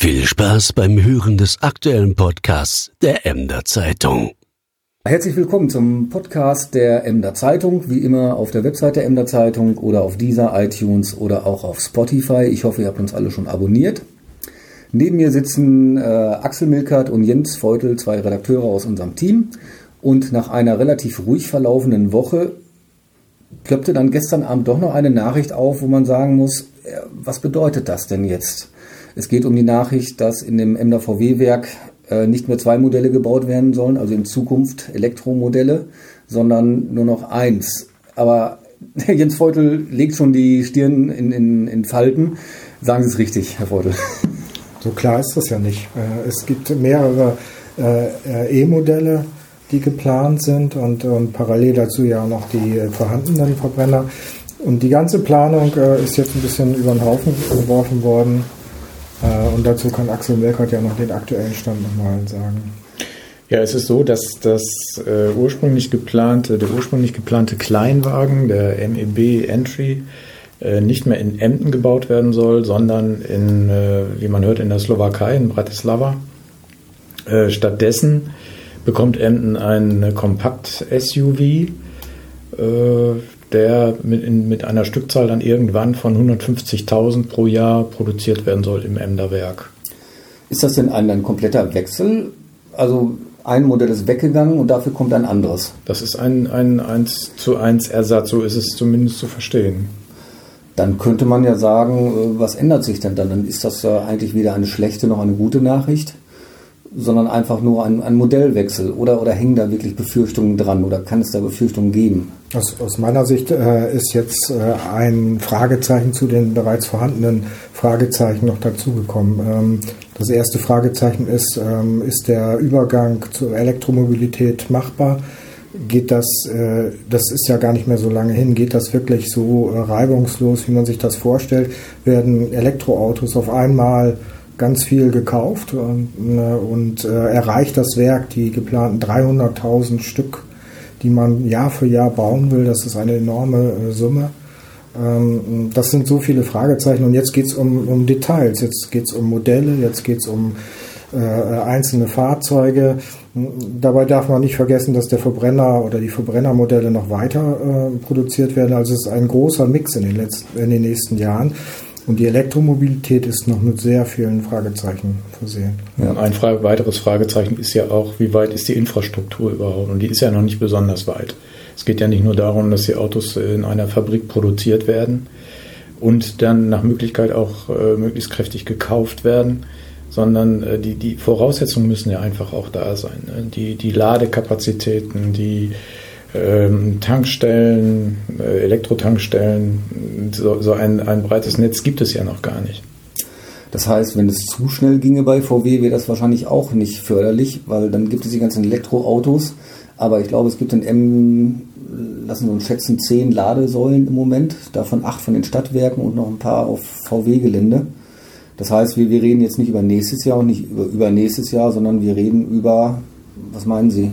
Viel Spaß beim Hören des aktuellen Podcasts der Emder Zeitung. Herzlich willkommen zum Podcast der Emder Zeitung, wie immer auf der Website der Emder Zeitung oder auf Deezer, iTunes oder auch auf Spotify. Ich hoffe, ihr habt uns alle schon abonniert. Neben mir sitzen Axel Milkert und Jens Feutel, zwei Redakteure aus unserem Team. Und nach einer relativ ruhig verlaufenden Woche ploppte dann gestern Abend doch noch eine Nachricht auf, wo man sagen muss, was bedeutet das denn jetzt? Es geht um die Nachricht, dass in dem Emder VW-Werk nicht mehr 2 Modelle gebaut werden sollen, also in Zukunft Elektromodelle, sondern nur noch 1. Aber Jens Feutel legt schon die Stirn in Falten. Sagen Sie es richtig, Herr Feutel. So klar ist das ja nicht. Es gibt mehrere E-Modelle, die geplant sind und parallel dazu ja noch die vorhandenen Verbrenner. Und die ganze Planung ist jetzt ein bisschen über den Haufen geworfen worden. Und dazu kann Axel Milkert ja noch den aktuellen Stand nochmal sagen. Ja, es ist so, dass der ursprünglich geplante Kleinwagen, der MEB Entry, nicht mehr in Emden gebaut werden soll, sondern in, wie man hört, in der Slowakei, in Bratislava. Stattdessen bekommt Emden ein Kompakt-SUV, der mit einer Stückzahl dann irgendwann von 150.000 pro Jahr produziert werden soll im Emder Werk. Ist das denn ein kompletter Wechsel? Also ein Modell ist weggegangen und dafür kommt ein anderes? Das ist ein 1:1 Ersatz, so ist es zumindest zu verstehen. Dann könnte man ja sagen, was ändert sich denn dann? Dann ist das ja eigentlich weder eine schlechte noch eine gute Nachricht, sondern einfach nur ein Modellwechsel. Oder hängen da wirklich Befürchtungen dran oder kann es da Befürchtungen geben? Aus meiner Sicht ist jetzt ein Fragezeichen zu den bereits vorhandenen Fragezeichen noch dazugekommen. Das erste Fragezeichen ist der Übergang zur Elektromobilität machbar? Geht das ist ja gar nicht mehr so lange hin, geht das wirklich so reibungslos, wie man sich das vorstellt? Werden Elektroautos auf einmal ganz viel gekauft und erreicht das Werk die geplanten 300.000 Stück, die man Jahr für Jahr bauen will? Das ist eine enorme Summe. Das sind so viele Fragezeichen und jetzt geht es um Details, jetzt geht es um Modelle, jetzt geht es um einzelne Fahrzeuge. Dabei darf man nicht vergessen, dass der Verbrenner oder die Verbrennermodelle noch weiter produziert werden. Also es ist ein großer Mix in den nächsten Jahren. Und die Elektromobilität ist noch mit sehr vielen Fragezeichen versehen. Ja, ein weiteres Fragezeichen ist ja auch, wie weit ist die Infrastruktur überhaupt? Und die ist ja noch nicht besonders weit. Es geht ja nicht nur darum, dass die Autos in einer Fabrik produziert werden und dann nach Möglichkeit auch möglichst kräftig gekauft werden, sondern die Voraussetzungen müssen ja einfach auch da sein. Ne? Die Ladekapazitäten, die Tankstellen, Elektrotankstellen, so ein breites Netz gibt es ja noch gar nicht. Das heißt, wenn es zu schnell ginge bei VW, wäre das wahrscheinlich auch nicht förderlich, weil dann gibt es die ganzen Elektroautos. Aber ich glaube, es gibt in Emden, lassen wir uns schätzen, 10 Ladesäulen im Moment, davon 8 von den Stadtwerken und noch ein paar auf VW-Gelände. Das heißt, wir reden jetzt nicht über nächstes Jahr und nicht über übernächstes Jahr, sondern wir reden über, was meinen Sie?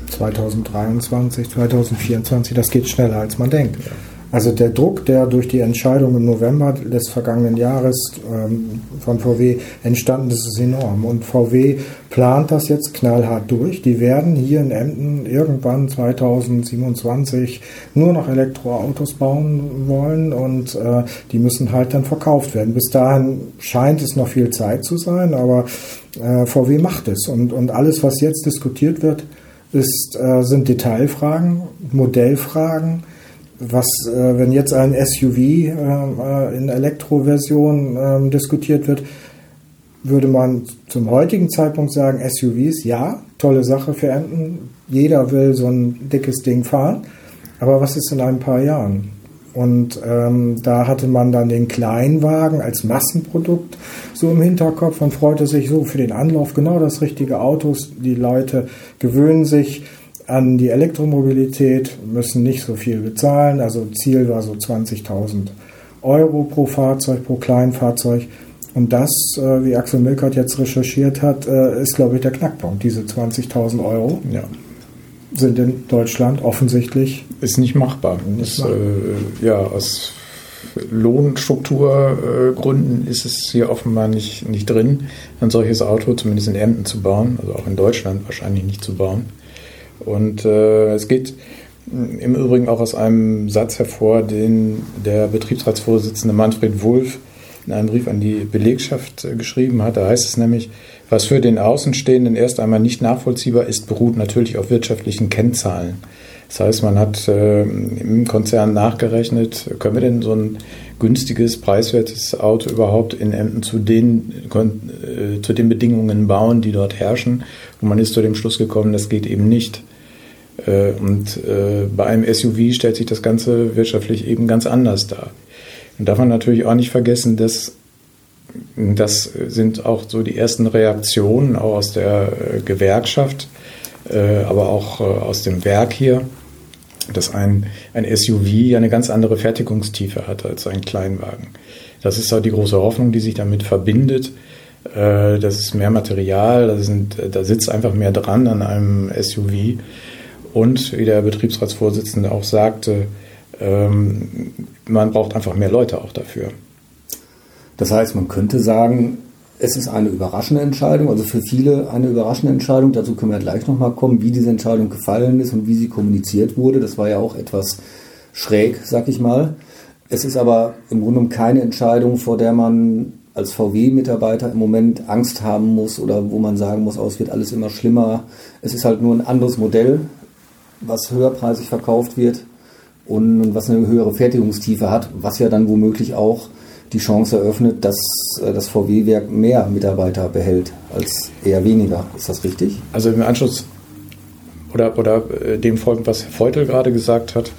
2023, 2024, das geht schneller, als man denkt. Also der Druck, der durch die Entscheidung im November des vergangenen Jahres von VW entstanden ist, ist enorm. Und VW plant das jetzt knallhart durch. Die werden hier in Emden irgendwann 2027 nur noch Elektroautos bauen wollen und die müssen halt dann verkauft werden. Bis dahin scheint es noch viel Zeit zu sein, aber VW macht es. Und alles, was jetzt diskutiert wird, sind Detailfragen, Modellfragen. Wenn jetzt ein SUV in Elektroversion diskutiert wird, würde man zum heutigen Zeitpunkt sagen, SUVs, ja, tolle Sache für Emden. Jeder will so ein dickes Ding fahren. Aber was ist in ein paar Jahren? Und da hatte man dann den Kleinwagen als Massenprodukt so im Hinterkopf und freute sich so für den Anlauf, genau das richtige Autos. Die Leute gewöhnen sich an die Elektromobilität, müssen nicht so viel bezahlen. Also Ziel war so 20.000 Euro pro Fahrzeug, pro Kleinfahrzeug. Und das, wie Axel Milkert jetzt recherchiert hat, ist, glaube ich, der Knackpunkt. Diese 20.000 Euro sind in Deutschland offensichtlich ist nicht machbar. Aus Lohnstrukturgründen ist es hier offenbar nicht drin, ein solches Auto zumindest in Emden zu bauen, also auch in Deutschland wahrscheinlich nicht zu bauen. Und es geht im Übrigen auch aus einem Satz hervor, den der Betriebsratsvorsitzende Manfred Wulff in einem Brief an die Belegschaft geschrieben hat. Da heißt es nämlich, was für den Außenstehenden erst einmal nicht nachvollziehbar ist, beruht natürlich auf wirtschaftlichen Kennzahlen. Das heißt, man hat im Konzern nachgerechnet, können wir denn so ein günstiges, preiswertes Auto überhaupt in Emden zu den Bedingungen bauen, die dort herrschen. Und man ist zu dem Schluss gekommen, das geht eben nicht. Und bei einem SUV stellt sich das Ganze wirtschaftlich eben ganz anders dar. Und darf man natürlich auch nicht vergessen, dass das sind auch so die ersten Reaktionen auch aus der Gewerkschaft, aber auch aus dem Werk hier, dass ein SUV ja eine ganz andere Fertigungstiefe hat als ein Kleinwagen. Das ist auch die große Hoffnung, die sich damit verbindet. Das ist mehr Material, da sitzt einfach mehr dran an einem SUV. Und wie der Betriebsratsvorsitzende auch sagte, man braucht einfach mehr Leute auch dafür. Das heißt, man könnte sagen, es ist eine überraschende Entscheidung, also für viele eine überraschende Entscheidung. Dazu können wir gleich nochmal kommen, wie diese Entscheidung gefallen ist und wie sie kommuniziert wurde. Das war ja auch etwas schräg, sag ich mal. Es ist aber im Grunde genommen keine Entscheidung, vor der man als VW-Mitarbeiter im Moment Angst haben muss oder wo man sagen muss, es wird alles immer schlimmer. Es ist halt nur ein anderes Modell, was höherpreisig verkauft wird und was eine höhere Fertigungstiefe hat, was ja dann womöglich auch die Chance eröffnet, dass das VW-Werk mehr Mitarbeiter behält als eher weniger. Ist das richtig? Also im Anschluss oder dem folgend, was Herr Feutel gerade gesagt hat,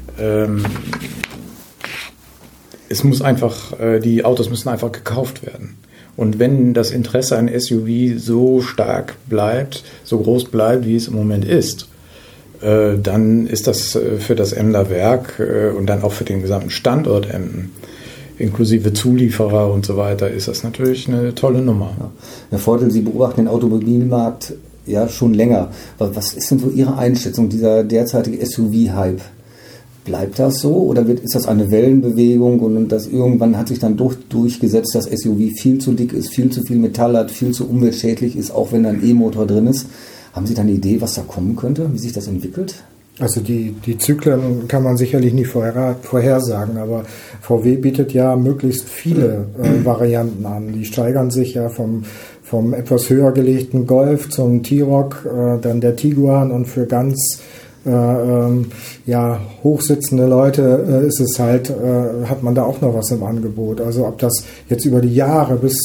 die Autos müssen einfach gekauft werden. Und wenn das Interesse an SUV so stark bleibt, so groß bleibt, wie es im Moment ist, dann ist das für das Emder Werk und dann auch für den gesamten Standort Emden, inklusive Zulieferer und so weiter, ist das natürlich eine tolle Nummer. Ja. Herr Feutel, Sie beobachten den Automobilmarkt ja schon länger. Was ist denn so Ihre Einschätzung, dieser derzeitige SUV-Hype? Bleibt das so oder ist das eine Wellenbewegung und das irgendwann hat sich dann durchgesetzt, dass SUV viel zu dick ist, viel zu viel Metall hat, viel zu umweltschädlich ist, auch wenn da ein E-Motor drin ist? Haben Sie da eine Idee, was da kommen könnte, wie sich das entwickelt? Also die Zyklen kann man sicherlich nicht vorhersagen, aber VW bietet ja möglichst viele Varianten an. Die steigern sich ja vom etwas höher gelegten Golf zum T-Roc, dann der Tiguan und für ganz hochsitzende Leute ist es halt, hat man da auch noch was im Angebot. Also ob das jetzt über die Jahre bis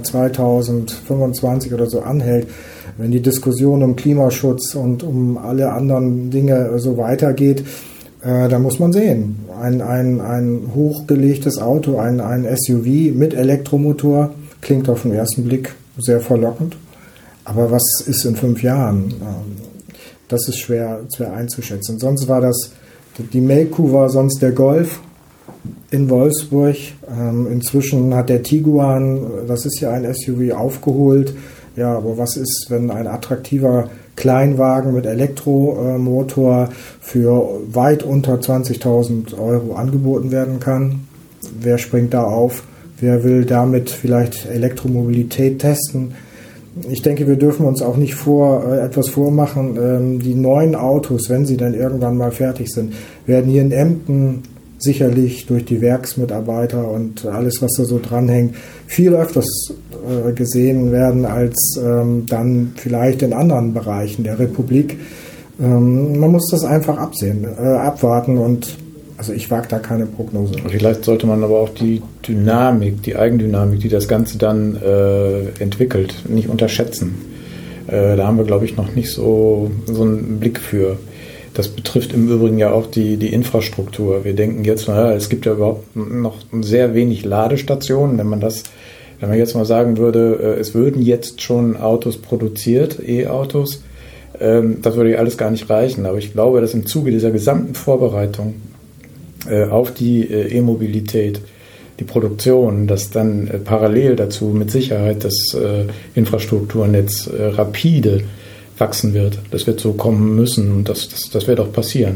2025 oder so anhält, wenn die Diskussion um Klimaschutz und um alle anderen Dinge so weitergeht, da muss man sehen. Ein hochgelegtes Auto, ein SUV mit Elektromotor klingt auf den ersten Blick sehr verlockend. Aber was ist in 5 Jahren? Das ist schwer einzuschätzen. Sonst war die Melkkuh war sonst der Golf in Wolfsburg. Inzwischen hat der Tiguan, das ist ja ein SUV, aufgeholt. Ja, aber was ist, wenn ein attraktiver Kleinwagen mit Elektromotor für weit unter 20.000 Euro angeboten werden kann? Wer springt da auf? Wer will damit vielleicht Elektromobilität testen? Ich denke, wir dürfen uns auch nicht etwas vormachen. Die neuen Autos, wenn sie dann irgendwann mal fertig sind, werden hier in Emden sicherlich durch die Werksmitarbeiter und alles, was da so dranhängt, viel öfters gesehen werden als dann vielleicht in anderen Bereichen der Republik. Man muss das einfach abwarten und also ich wage da keine Prognose. Vielleicht sollte man aber auch die Eigendynamik, die das Ganze dann entwickelt, nicht unterschätzen. Da haben wir, glaube ich, noch nicht so einen Blick für. Das betrifft im Übrigen ja auch die Infrastruktur. Wir denken jetzt, es gibt ja überhaupt noch sehr wenig Ladestationen. Wenn man jetzt mal sagen würde, es würden jetzt schon Autos produziert, E-Autos, das würde ja alles gar nicht reichen. Aber ich glaube, dass im Zuge dieser gesamten Vorbereitung auf die E-Mobilität, die Produktion, dass dann parallel dazu mit Sicherheit das Infrastrukturnetz rapide wachsen wird. Das wird so kommen müssen und das wird auch passieren.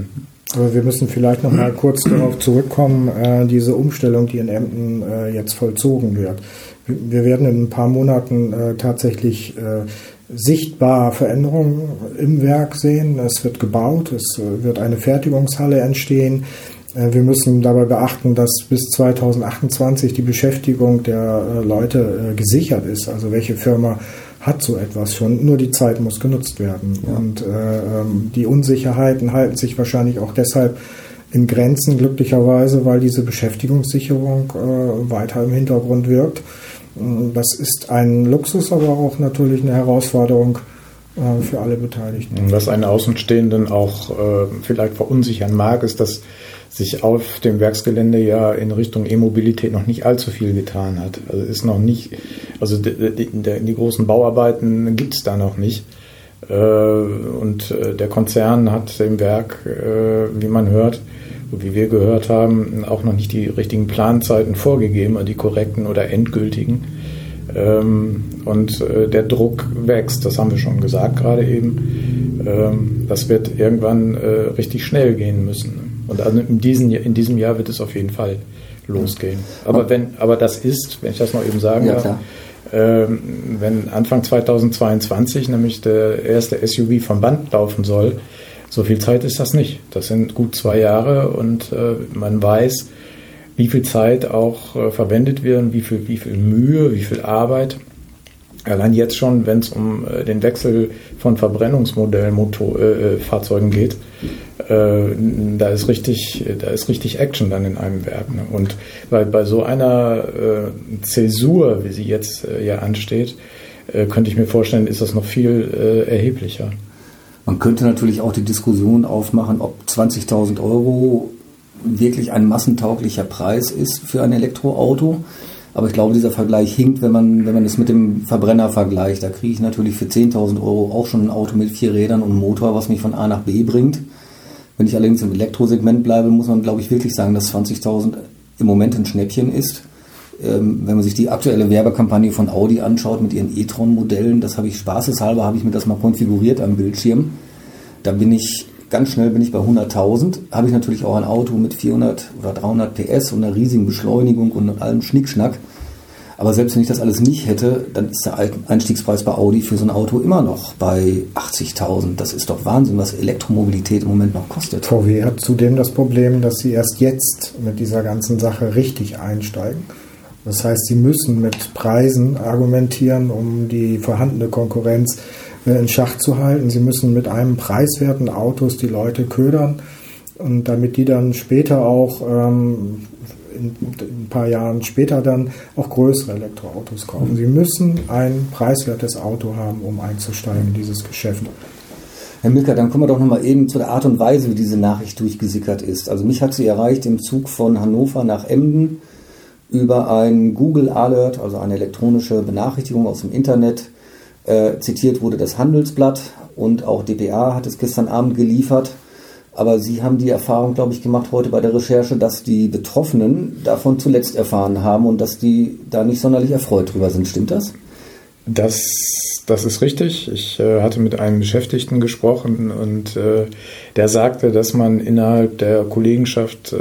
Aber wir müssen vielleicht noch mal kurz darauf zurückkommen, diese Umstellung, die in Emden jetzt vollzogen wird. Wir werden in ein paar Monaten tatsächlich sichtbar Veränderungen im Werk sehen. Es wird gebaut, es wird eine Fertigungshalle entstehen. Wir müssen dabei beachten, dass bis 2028 die Beschäftigung der Leute gesichert ist. Also welche Firma hat so etwas schon? Nur die Zeit muss genutzt werden. Ja. Und die Unsicherheiten halten sich wahrscheinlich auch deshalb in Grenzen, glücklicherweise, weil diese Beschäftigungssicherung weiter im Hintergrund wirkt. Das ist ein Luxus, aber auch natürlich eine Herausforderung für alle Beteiligten. Was einen Außenstehenden auch vielleicht verunsichern mag, ist, dass sich auf dem Werksgelände ja in Richtung E-Mobilität noch nicht allzu viel getan hat. Also ist noch nicht, also die großen Bauarbeiten gibt es da noch nicht. Und der Konzern hat dem Werk, wie man hört, wie wir gehört haben, auch noch nicht die richtigen Planzeiten vorgegeben, die korrekten oder endgültigen. Und der Druck wächst, das haben wir schon gesagt gerade eben. Das wird irgendwann richtig schnell gehen müssen. Und also in diesem Jahr wird es auf jeden Fall losgehen. Aber das ist, wenn ich das noch eben sagen darf, wenn Anfang 2022 nämlich der erste SUV vom Band laufen soll, so viel Zeit ist das nicht. Das sind gut 2 Jahre und man weiß, wie viel Zeit auch verwendet wird, wie viel Mühe, wie viel Arbeit. Allein jetzt schon, wenn es um den Wechsel von Verbrennungsmodellfahrzeugen geht, da ist richtig Action dann in einem Werk. Ne? Und bei so einer Zäsur, wie sie jetzt ja ansteht, könnte ich mir vorstellen, ist das noch viel erheblicher. Man könnte natürlich auch die Diskussion aufmachen, ob 20.000 € wirklich ein massentauglicher Preis ist für ein Elektroauto. Aber ich glaube, dieser Vergleich hinkt, wenn man es mit dem Verbrenner vergleicht. Da kriege ich natürlich für 10.000 € auch schon ein Auto mit 4 Rädern und Motor, was mich von A nach B bringt. Wenn ich allerdings im Elektrosegment bleibe, muss man, glaube ich, wirklich sagen, dass 20.000 im Moment ein Schnäppchen ist. Wenn man sich die aktuelle Werbekampagne von Audi anschaut mit ihren e-tron-Modellen, das habe ich spaßeshalber, habe ich mir das mal konfiguriert am Bildschirm. Da bin ich ganz schnell bei 100.000. Habe ich natürlich auch ein Auto mit 400 oder 300 PS und einer riesigen Beschleunigung und allem Schnickschnack. Aber selbst wenn ich das alles nicht hätte, dann ist der Einstiegspreis bei Audi für so ein Auto immer noch bei 80.000. Das ist doch Wahnsinn, was Elektromobilität im Moment noch kostet. VW hat zudem das Problem, dass sie erst jetzt mit dieser ganzen Sache richtig einsteigen. Das heißt, sie müssen mit Preisen argumentieren, um die vorhandene Konkurrenz in Schach zu halten. Sie müssen mit einem preiswerten Autos die Leute ködern, und damit die dann später auch in ein paar Jahren später dann auch größere Elektroautos kaufen. Sie müssen ein preiswertes Auto haben, um einzusteigen in dieses Geschäft. Herr Milker, dann kommen wir doch nochmal eben zu der Art und Weise, wie diese Nachricht durchgesickert ist. Also mich hat sie erreicht im Zug von Hannover nach Emden über ein Google Alert, also eine elektronische Benachrichtigung aus dem Internet. Zitiert wurde das Handelsblatt und auch dpa hat es gestern Abend geliefert. Aber Sie haben die Erfahrung, glaube ich, gemacht heute bei der Recherche, dass die Betroffenen davon zuletzt erfahren haben und dass die da nicht sonderlich erfreut drüber sind. Stimmt das? Das ist richtig. Ich hatte mit einem Beschäftigten gesprochen und der sagte, dass man innerhalb der Kollegenschaft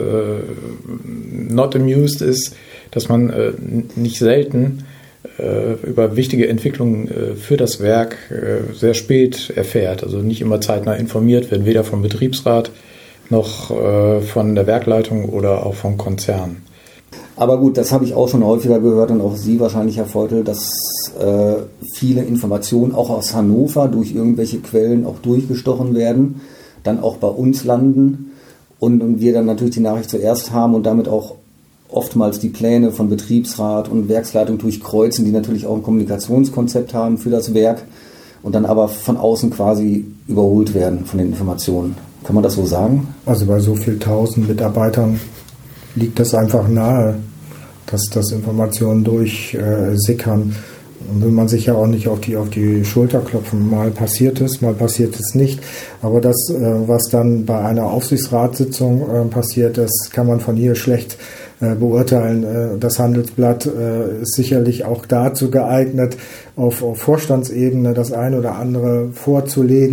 not amused ist, dass man nicht selten über wichtige Entwicklungen für das Werk sehr spät erfährt, also nicht immer zeitnah informiert wird, weder vom Betriebsrat noch von der Werkleitung oder auch vom Konzern. Aber gut, das habe ich auch schon häufiger gehört und auch Sie wahrscheinlich, Herr Feutel, dass viele Informationen auch aus Hannover durch irgendwelche Quellen auch durchgestochen werden, dann auch bei uns landen und wir dann natürlich die Nachricht zuerst haben und damit auch oftmals die Pläne von Betriebsrat und Werksleitung durchkreuzen, die natürlich auch ein Kommunikationskonzept haben für das Werk und dann aber von außen quasi überholt werden von den Informationen. Kann man das so sagen? Also bei so viel 1000 Mitarbeitern liegt das einfach nahe, dass das Informationen durchsickern. Und will man sich ja auch nicht auf die Schulter klopfen. Mal passiert es nicht. Aber das, was dann bei einer Aufsichtsratssitzung passiert, das kann man von hier schlecht beurteilen. Das Handelsblatt ist sicherlich auch dazu geeignet, auf Vorstandsebene das eine oder andere vorzulegen.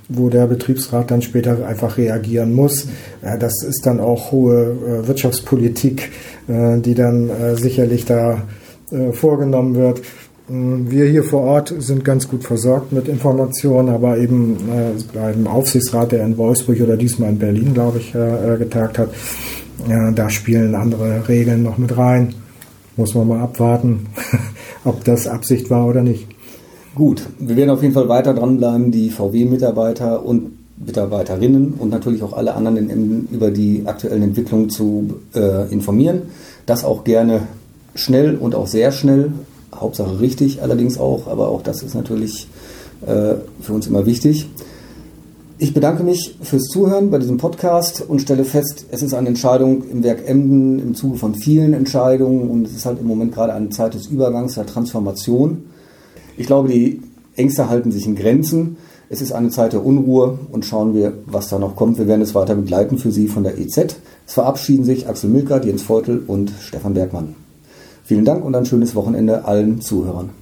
wo der Betriebsrat dann später einfach reagieren muss. Das ist dann auch hohe Wirtschaftspolitik, die dann sicherlich da vorgenommen wird. Wir hier vor Ort sind ganz gut versorgt mit Informationen, aber eben beim Aufsichtsrat, der in Wolfsburg oder diesmal in Berlin, glaube ich, getagt hat, da spielen andere Regeln noch mit rein. Muss man mal abwarten, ob das Absicht war oder nicht. Gut, wir werden auf jeden Fall weiter dranbleiben, die VW-Mitarbeiter und Mitarbeiterinnen und natürlich auch alle anderen in Emden über die aktuellen Entwicklungen zu informieren. Das auch gerne schnell und auch sehr schnell, Hauptsache richtig allerdings auch, aber auch das ist natürlich für uns immer wichtig. Ich bedanke mich fürs Zuhören bei diesem Podcast und stelle fest, es ist eine Entscheidung im Werk Emden im Zuge von vielen Entscheidungen und es ist halt im Moment gerade eine Zeit des Übergangs, der Transformation. Ich glaube, die Ängste halten sich in Grenzen. Es ist eine Zeit der Unruhe und schauen wir, was da noch kommt. Wir werden es weiter begleiten für Sie von der EZ. Es verabschieden sich Axel Milkert, Jens Feutel und Stefan Bergmann. Vielen Dank und ein schönes Wochenende allen Zuhörern.